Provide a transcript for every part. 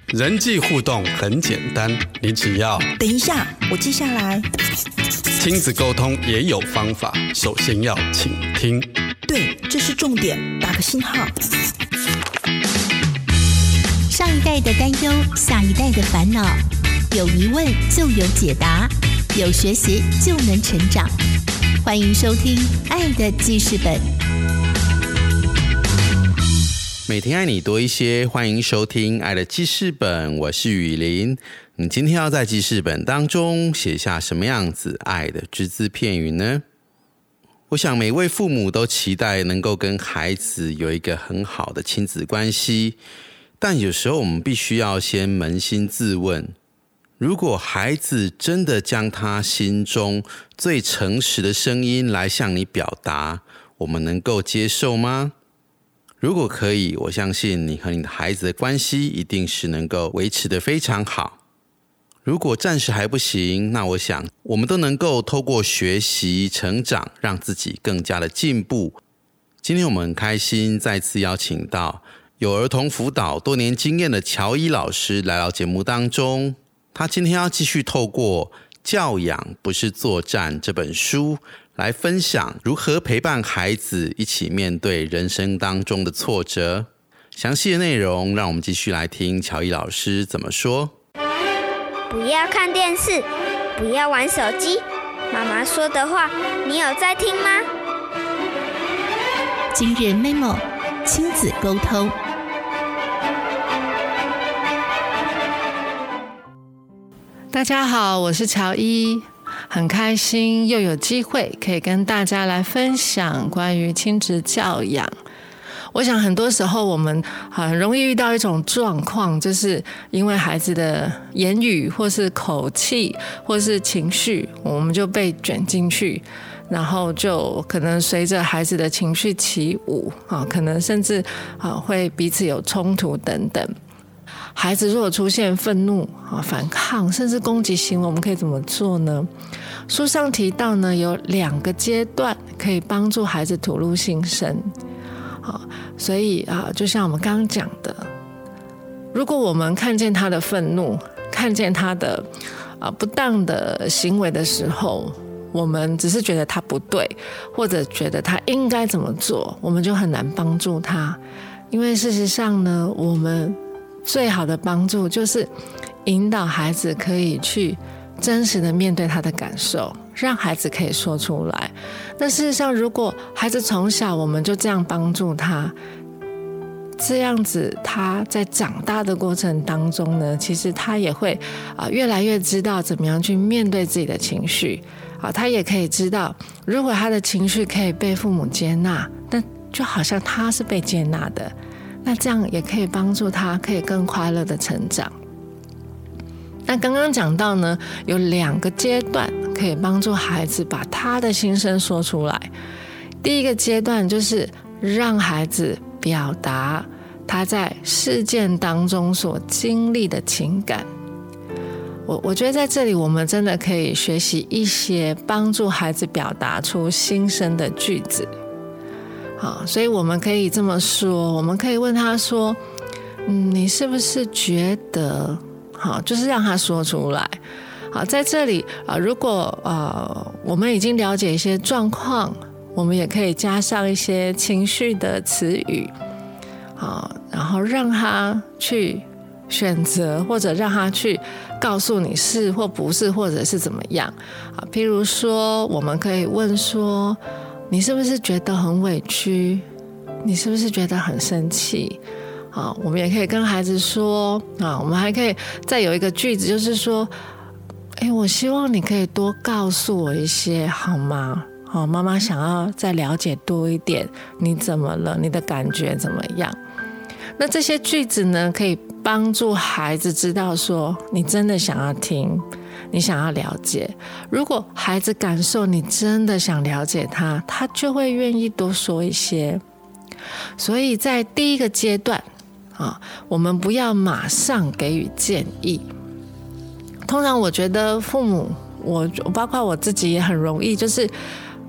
人际互动很简单，你只要等一下，我记下来。 亲子沟通也有方法，首先要倾听。 对，这是重点，打个星号。 上一代的担忧，下一代的烦恼，有疑问就有解答，有学习就能成长。欢迎收听《爱的记事本》。 每天爱你多一些，欢迎收听《爱的记事本》，我是雨林。你今天要在记事本当中写下什么样子爱的只字片语呢？我想每位父母都期待能够跟孩子有一个很好的亲子关系，但有时候我们必须要先扪心自问，如果孩子真的将他心中最诚实的声音来向你表达，我们能够接受吗？如果可以，我相信你和你的孩子的关系一定是能够维持得非常好。如果暂时还不行，那我想我们都能够透过学习成长，让自己更加的进步。今天我们很开心再次邀请到有儿童辅导多年经验的乔伊老师来到节目当中。他今天要继续透过《教养不是作战》这本书来分享如何陪伴孩子一起面对人生当中的挫折。详细的内容让我们继续来听乔伊老师怎么说。 不要看电视，不要玩手机，妈妈说的话你有在听吗？ 今日 memo 亲子沟通。 大家好，我是乔伊，很开心又有机会可以跟大家来分享关于亲子教养。我想很多时候我们很容易遇到一种状况，就是因为孩子的言语或是口气或是情绪，我们就被卷进去，然后就可能随着孩子的情绪起舞，可能甚至会彼此有冲突等等。孩子如果出现愤怒、反抗甚至攻击行为，我们可以怎么做呢？书上提到呢，有2个阶段可以帮助孩子吐露心声。所以就像我们刚刚讲的，如果我们看见他的愤怒，看见他的不当的行为的时候，我们只是觉得他不对，或者觉得他应该怎么做，我们就很难帮助他。因为事实上呢，我们最好的帮助就是引导孩子可以去真实的面对他的感受，让孩子可以说出来。那事实上，如果孩子从小我们就这样帮助他，这样子他在长大的过程当中呢，其实他也会越来越知道怎么样去面对自己的情绪。他也可以知道，如果他的情绪可以被父母接纳，那就好像他是被接纳的，那这样也可以帮助他可以更快乐的成长。那刚刚讲到呢，有2个阶段可以帮助孩子把他的心声说出来。第一个阶段就是让孩子表达他在事件当中所经历的情感。我觉得在这里我们真的可以学习一些帮助孩子表达出心声的句子。所以我们可以这么说，我们可以问他说，你是不是觉得，就是让他说出来。在这里如果我们已经了解一些状况，我们也可以加上一些情绪的词语，然后让他去选择，或者让他去告诉你是或不是，或者是怎么样。譬如说我们可以问说，你是不是觉得很委屈？你是不是觉得很生气？我们也可以跟孩子说，我们还可以再有一个句子，就是说，我希望你可以多告诉我一些，好吗？妈妈想要再了解多一点，你怎么了？你的感觉怎么样？那这些句子呢，可以帮助孩子知道说，你真的想要听，你想要了解。如果孩子感受你真的想了解他，他就会愿意多说一些。所以在第一个阶段我们不要马上给予建议。通常我觉得父母，我包括我自己也很容易，就是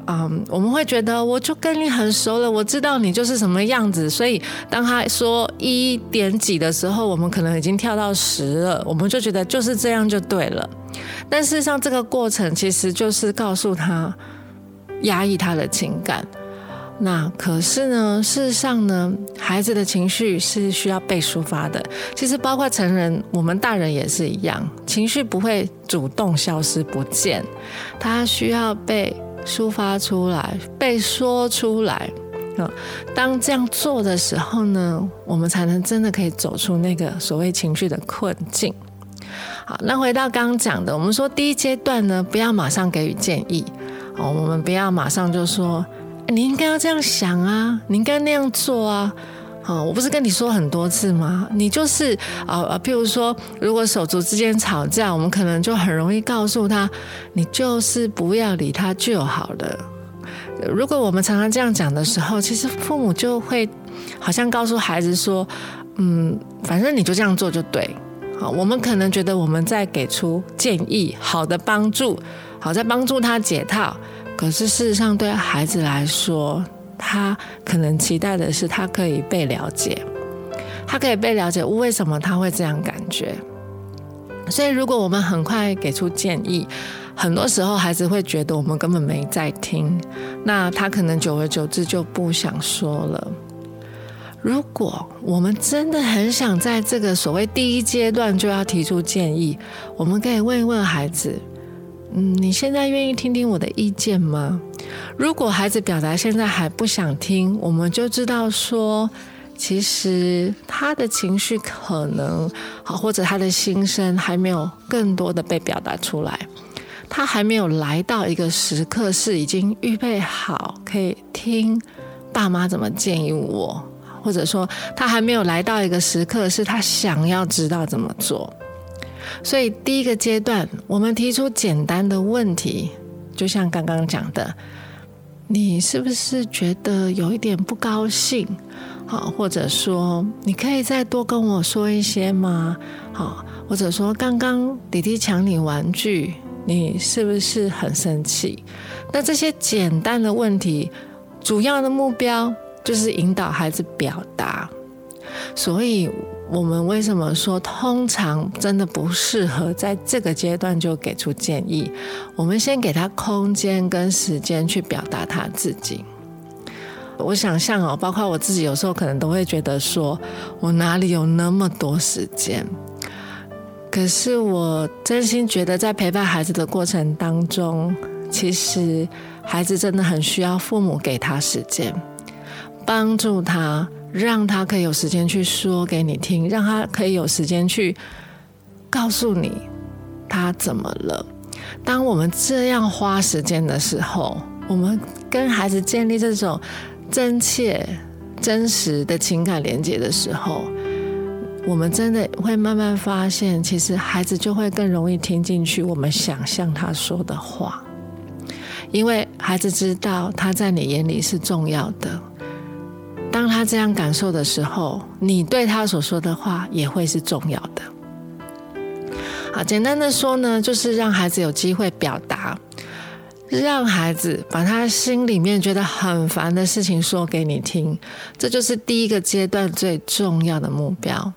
我们会觉得我就跟你很熟了，我知道你就是什么样子，所以当他说1点几的时候，我们可能已经跳到10了，我们就觉得就是这样就对了。但事实上这个过程其实就是告诉他压抑他的情感。那可是呢，事实上呢，孩子的情绪是需要被抒发的。其实包括成人，我们大人也是一样，情绪不会主动消失不见，它需要被抒发出来，被说出来。当这样做的时候呢，我们才能真的可以走出那个所谓情绪的困境。好，那回到刚刚讲的，我们说第一阶段呢，不要马上给予建议，我们不要马上就说你应该要这样想啊，你应该那样做啊。我不是跟你说很多次吗？你就是譬如说，如果手足之间吵架，我们可能就很容易告诉他，你就是不要理他就好了。如果我们常常这样讲的时候，其实父母就会好像告诉孩子说，反正你就这样做就对。我们可能觉得我们在给出建议，好的帮助，好在帮助他解套。可是事实上，对孩子来说，他可能期待的是他可以被了解，他可以被了解为什么他会这样感觉。所以如果我们很快给出建议，很多时候孩子会觉得我们根本没在听，那他可能久而久之就不想说了。如果我们真的很想在这个所谓第一阶段就要提出建议，我们可以问一问孩子，你现在愿意听听我的意见吗？如果孩子表达现在还不想听，我们就知道说，其实他的情绪可能或者他的心声还没有更多的被表达出来，他还没有来到一个时刻是已经预备好可以听爸妈怎么建议我，或者说他还没有来到一个时刻是他想要知道怎么做。所以第一个阶段，我们提出简单的问题，就像刚刚讲的，你是不是觉得有一点不高兴？或者说你可以再多跟我说一些吗？或者说刚刚弟弟抢你玩具，你是不是很生气？那这些简单的问题，主要的目标就是引导孩子表达。所以我们为什么说通常真的不适合在这个阶段就给出建议？我们先给他空间跟时间去表达他自己。我想象包括我自己有时候可能都会觉得说，我哪里有那么多时间？可是我真心觉得在陪伴孩子的过程当中，其实孩子真的很需要父母给他时间，帮助他，让他可以有时间去说给你听，让他可以有时间去告诉你他怎么了。当我们这样花时间的时候，我们跟孩子建立这种真切真实的情感连结的时候，我们真的会慢慢发现，其实孩子就会更容易听进去我们想象他说的话，因为孩子知道他在你眼里是重要的。当他这样感受的时候，你对他所说的话也会是重要的。好，简单的说呢，就是让孩子有机会表达，让孩子把他心里面觉得很烦的事情说给你听，这就是第一个阶段最重要的目标。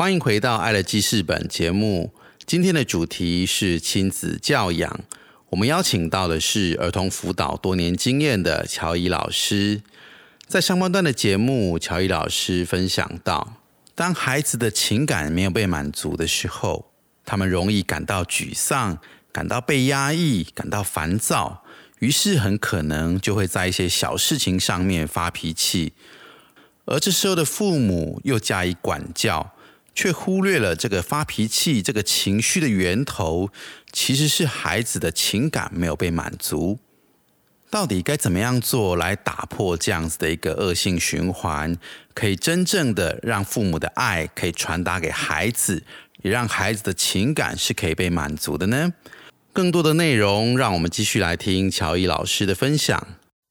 欢迎回到《爱的记事本》节目，今天的主题是亲子教养。我们邀请到的是儿童辅导多年经验的乔伊老师。在上半段的节目，乔伊老师分享到，当孩子的情感没有被满足的时候，他们容易感到沮丧，感到被压抑，感到烦躁，于是很可能就会在一些小事情上面发脾气。而这时候的父母又加以管教，却忽略了这个发脾气这个情绪的源头其实是孩子的情感没有被满足。到底该怎么样做来打破这样子的一个恶性循环，可以真正的让父母的爱可以传达给孩子，也让孩子的情感是可以被满足的呢？更多的内容让我们继续来听乔伊老师的分享。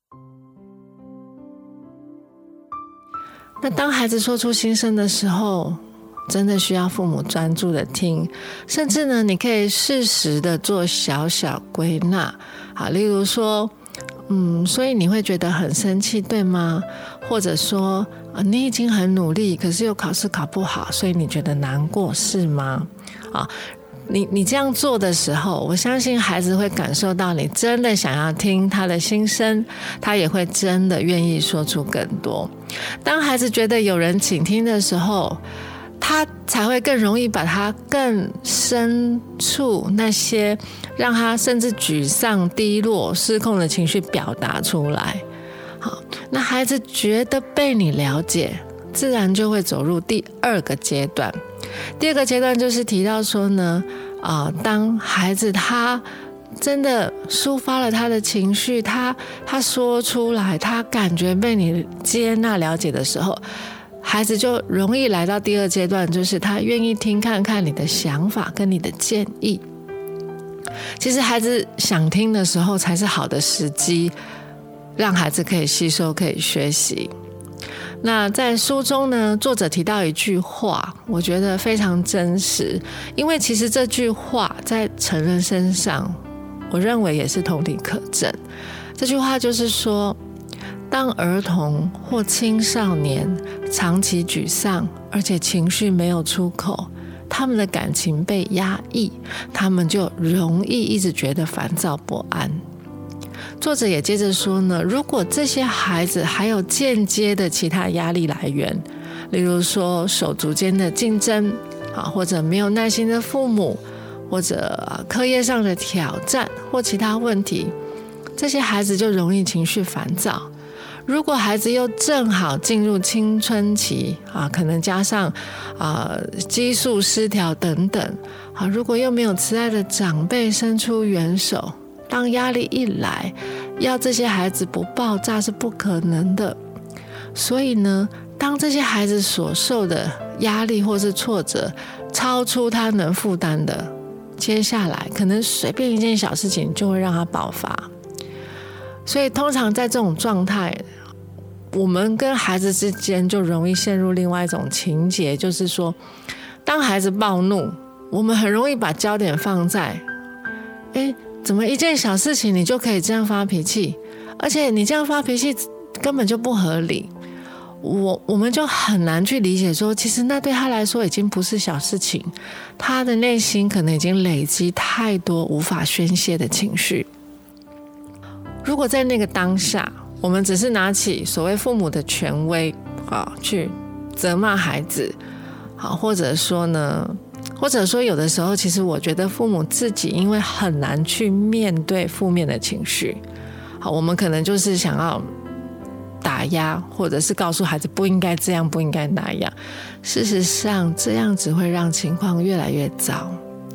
那当孩子说出心声的时候，真的需要父母专注的听，甚至呢，你可以适时的做小小归纳。好，例如说，所以你会觉得很生气，对吗？或者说，你已经很努力，可是又考试考不好，所以你觉得难过，是吗？啊，你这样做的时候，我相信孩子会感受到你真的想要听他的心声，他也会真的愿意说出更多。当孩子觉得有人倾听的时候，他才会更容易把他更深处那些让他甚至沮丧、低落、失控的情绪表达出来。好，那孩子觉得被你了解，自然就会走入第二个阶段。第二个阶段就是提到说呢，当孩子他真的抒发了他的情绪，他说出来，他感觉被你接纳了解的时候，孩子就容易来到第二阶段，就是他愿意听看看你的想法跟你的建议。其实孩子想听的时候才是好的时机，让孩子可以吸收，可以学习。那在书中呢，作者提到一句话，我觉得非常真实，因为其实这句话在成人身上，我认为也是同理可证。这句话就是说，当儿童或青少年长期沮丧，而且情绪没有出口，他们的感情被压抑，他们就容易一直觉得烦躁不安。作者也接着说呢，如果这些孩子还有间接的其他压力来源，例如说手足间的竞争，或者没有耐心的父母，或者课业上的挑战或其他问题，这些孩子就容易情绪烦躁。如果孩子又正好进入青春期，可能加上激素失调等等，如果又没有慈爱的长辈伸出援手，当压力一来，要这些孩子不爆炸是不可能的。所以呢，当这些孩子所受的压力或是挫折超出他能负担的，接下来可能随便一件小事情就会让他爆发。所以通常在这种状态，我们跟孩子之间就容易陷入另外一种情节，就是说，当孩子暴怒，我们很容易把焦点放在怎么一件小事情你就可以这样发脾气，而且你这样发脾气根本就不合理。我们就很难去理解说，其实那对他来说已经不是小事情，他的内心可能已经累积太多无法宣泄的情绪。如果在那个当下，我们只是拿起所谓父母的权威去责骂孩子，或者说有的时候，其实我觉得父母自己因为很难去面对负面的情绪，我们可能就是想要打压，或者是告诉孩子不应该这样，不应该那样。事实上，这样只会让情况越来越糟。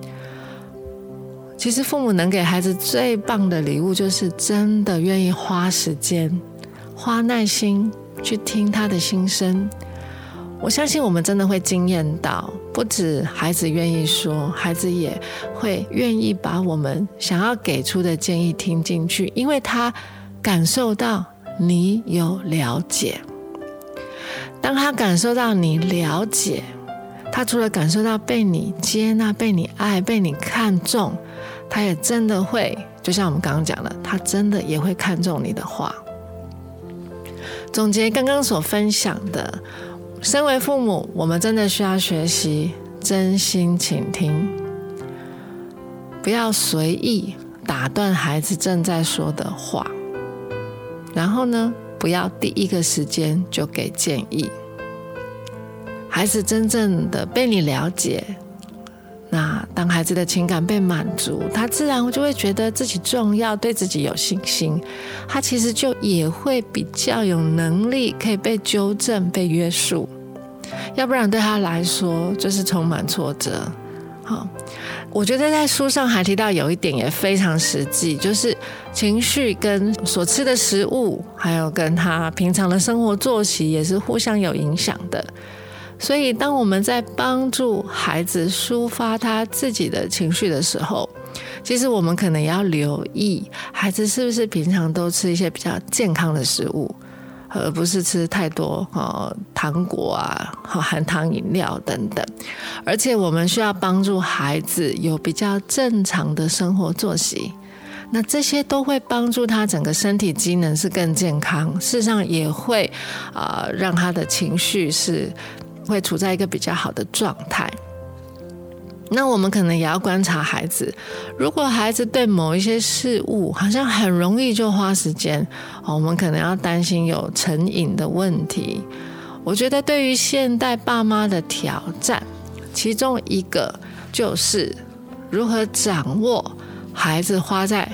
其实父母能给孩子最棒的礼物，就是真的愿意花时间、花耐心去听他的心声。我相信我们真的会惊艳到，不止孩子愿意说，孩子也会愿意把我们想要给出的建议听进去，因为他感受到你有了解。当他感受到你了解，他除了感受到被你接纳、被你爱、被你看重，他也真的会，就像我们刚刚讲的，他真的也会看重你的话。总结刚刚所分享的， 身为父母，我们真的需要学习真心倾听，不要随意打断孩子正在说的话，然后呢，不要第一个时间就给建议。孩子真正的被你了解，那当孩子的情感被满足，他自然就会觉得自己重要，对自己有信心，他其实就也会比较有能力可以被纠正、被约束。要不然对他来说就是充满挫折。好，我觉得在书上还提到有一点也非常实际，就是情绪跟所吃的食物，还有跟他平常的生活作息也是互相有影响的。所以当我们在帮助孩子抒发他自己的情绪的时候，其实我们可能也要留意孩子是不是平常都吃一些比较健康的食物，而不是吃太多糖果啊、含糖饮料等等。而且我们需要帮助孩子有比较正常的生活作息，那这些都会帮助他整个身体机能是更健康，事实上也会让他的情绪是会处在一个比较好的状态。那我们可能也要观察孩子，如果孩子对某一些事物好像很容易就花时间，我们可能要担心有成瘾的问题。我觉得对于现代爸妈的挑战，其中一个就是如何掌握孩子花在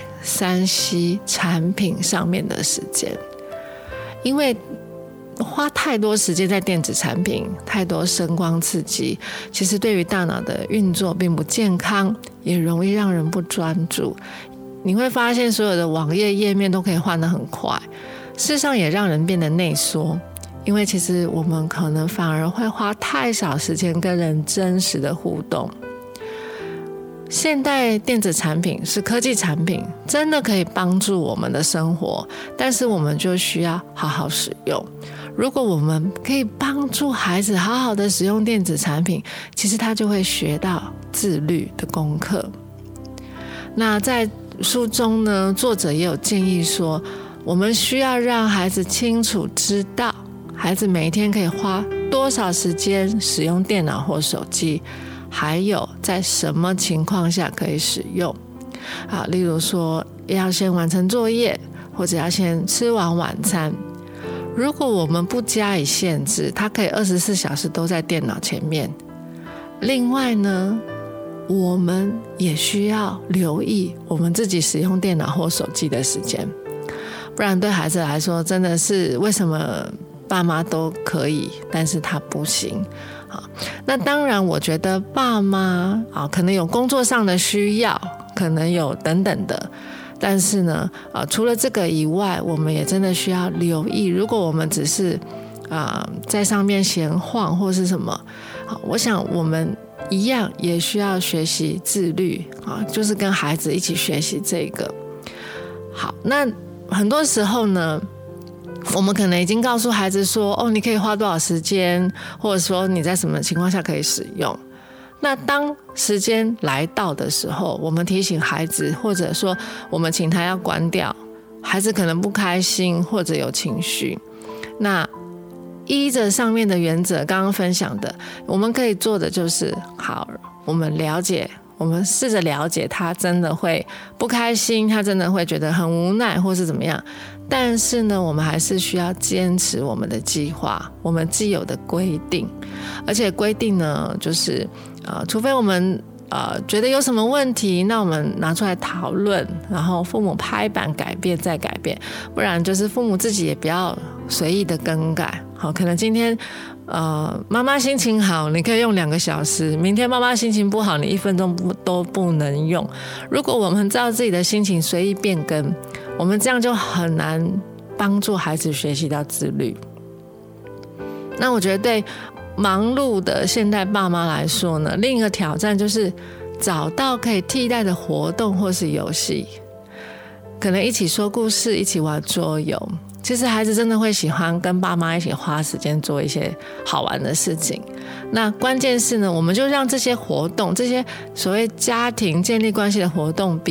3C 产品上面的时间。因为花太多时间在电子产品，太多声光刺激，其实对于大脑的运作并不健康，也容易让人不专注。你会发现所有的网页页面都可以换得很快，事实上也让人变得内缩，因为其实我们可能反而会花太少时间跟人真实的互动。现代电子产品是科技产品，真的可以帮助我们的生活，但是我们就需要好好使用。如果我们可以帮助孩子好好的使用电子产品，其实他就会学到自律的功课。那在书中呢，作者也有建议说，我们需要让孩子清楚知道孩子每一天可以花多少时间使用电脑或手机，还有在什么情况下可以使用。例如说要先完成作业，或者要先吃完晚餐。如果我们不加以限制，他可以24小时都在电脑前面。另外呢，我们也需要留意我们自己使用电脑或手机的时间，不然对孩子来说真的是为什么爸妈都可以，但是他不行。那当然我觉得爸妈可能有工作上的需要，可能有等等的，但是呢除了这个以外，我们也真的需要留意，如果我们只是在上面闲晃或是什么，我想我们一样也需要学习自律，就是跟孩子一起学习这个。好，那很多时候呢，我们可能已经告诉孩子说，你可以花多少时间，或者说你在什么情况下可以使用。那当时间来到的时候，我们提醒孩子，或者说我们请他要关掉，孩子可能不开心或者有情绪。那依着上面的原则刚刚分享的，我们可以做的就是好，我们试着了解他真的会不开心，他真的会觉得很无奈或是怎么样，但是呢，我们还是需要坚持我们的计划，我们既有的规定。而且规定呢，就是除非我们觉得有什么问题，那我们拿出来讨论，然后父母拍板改变再改变，不然就是父母自己也不要随意的更改。好，可能今天妈妈心情好，你可以用2个小时，明天妈妈心情不好，你1分钟都不能用。如果我们照自己的心情随意变更，我们这样就很难帮助孩子学习到自律。那我觉得对忙碌的现代爸妈来说呢，另一个挑战就是找到可以替代的活动或是游戏，可能一起说故事，一起玩桌游。其实孩子真的会喜欢跟爸妈一起花时间做一些好玩的事情。那关键是呢，我们就让这些活动，这些所谓家庭建立关系的活动，比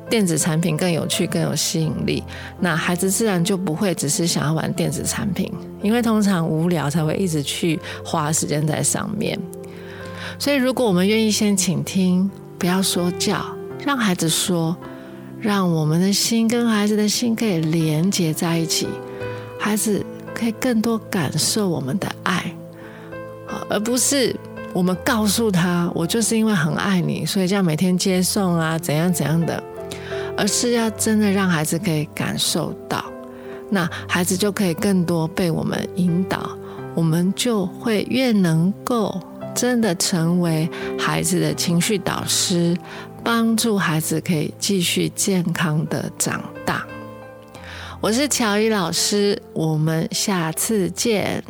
电子产品更有趣、更有吸引力，那孩子自然就不会只是想要玩电子产品，因为通常无聊才会一直去花时间在上面。所以如果我们愿意先倾听，不要说教，让孩子说，让我们的心跟孩子的心可以连结在一起，孩子可以更多感受我们的爱，而不是我们告诉他我就是因为很爱你，所以这样每天接送啊怎样怎样的，而是要真的让孩子可以感受到，那孩子就可以更多被我们引导，我们就会越能够真的成为孩子的情绪导师，帮助孩子可以继续健康的长大。我是乔伊老师，我们下次见。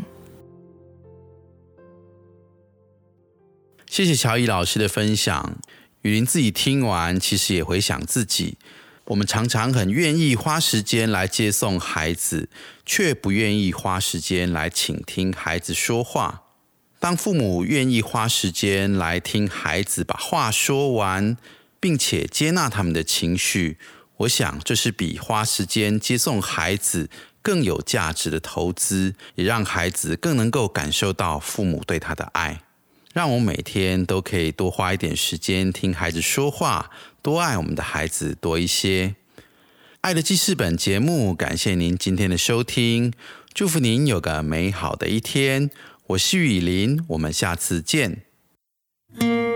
谢谢乔伊老师的分享。雨林自己听完，其实也回想自己，我们常常很愿意花时间来接送孩子，却不愿意花时间来倾听孩子说话。当父母愿意花时间来听孩子把话说完，并且接纳他们的情绪，我想这是比花时间接送孩子更有价值的投资，也让孩子更能够感受到父母对他的爱。让我们每天都可以多花一点时间听孩子说话，多爱我们的孩子多一些。爱的记事本节目，感谢您今天的收听，祝福您有个美好的一天。我是雨林，我们下次见。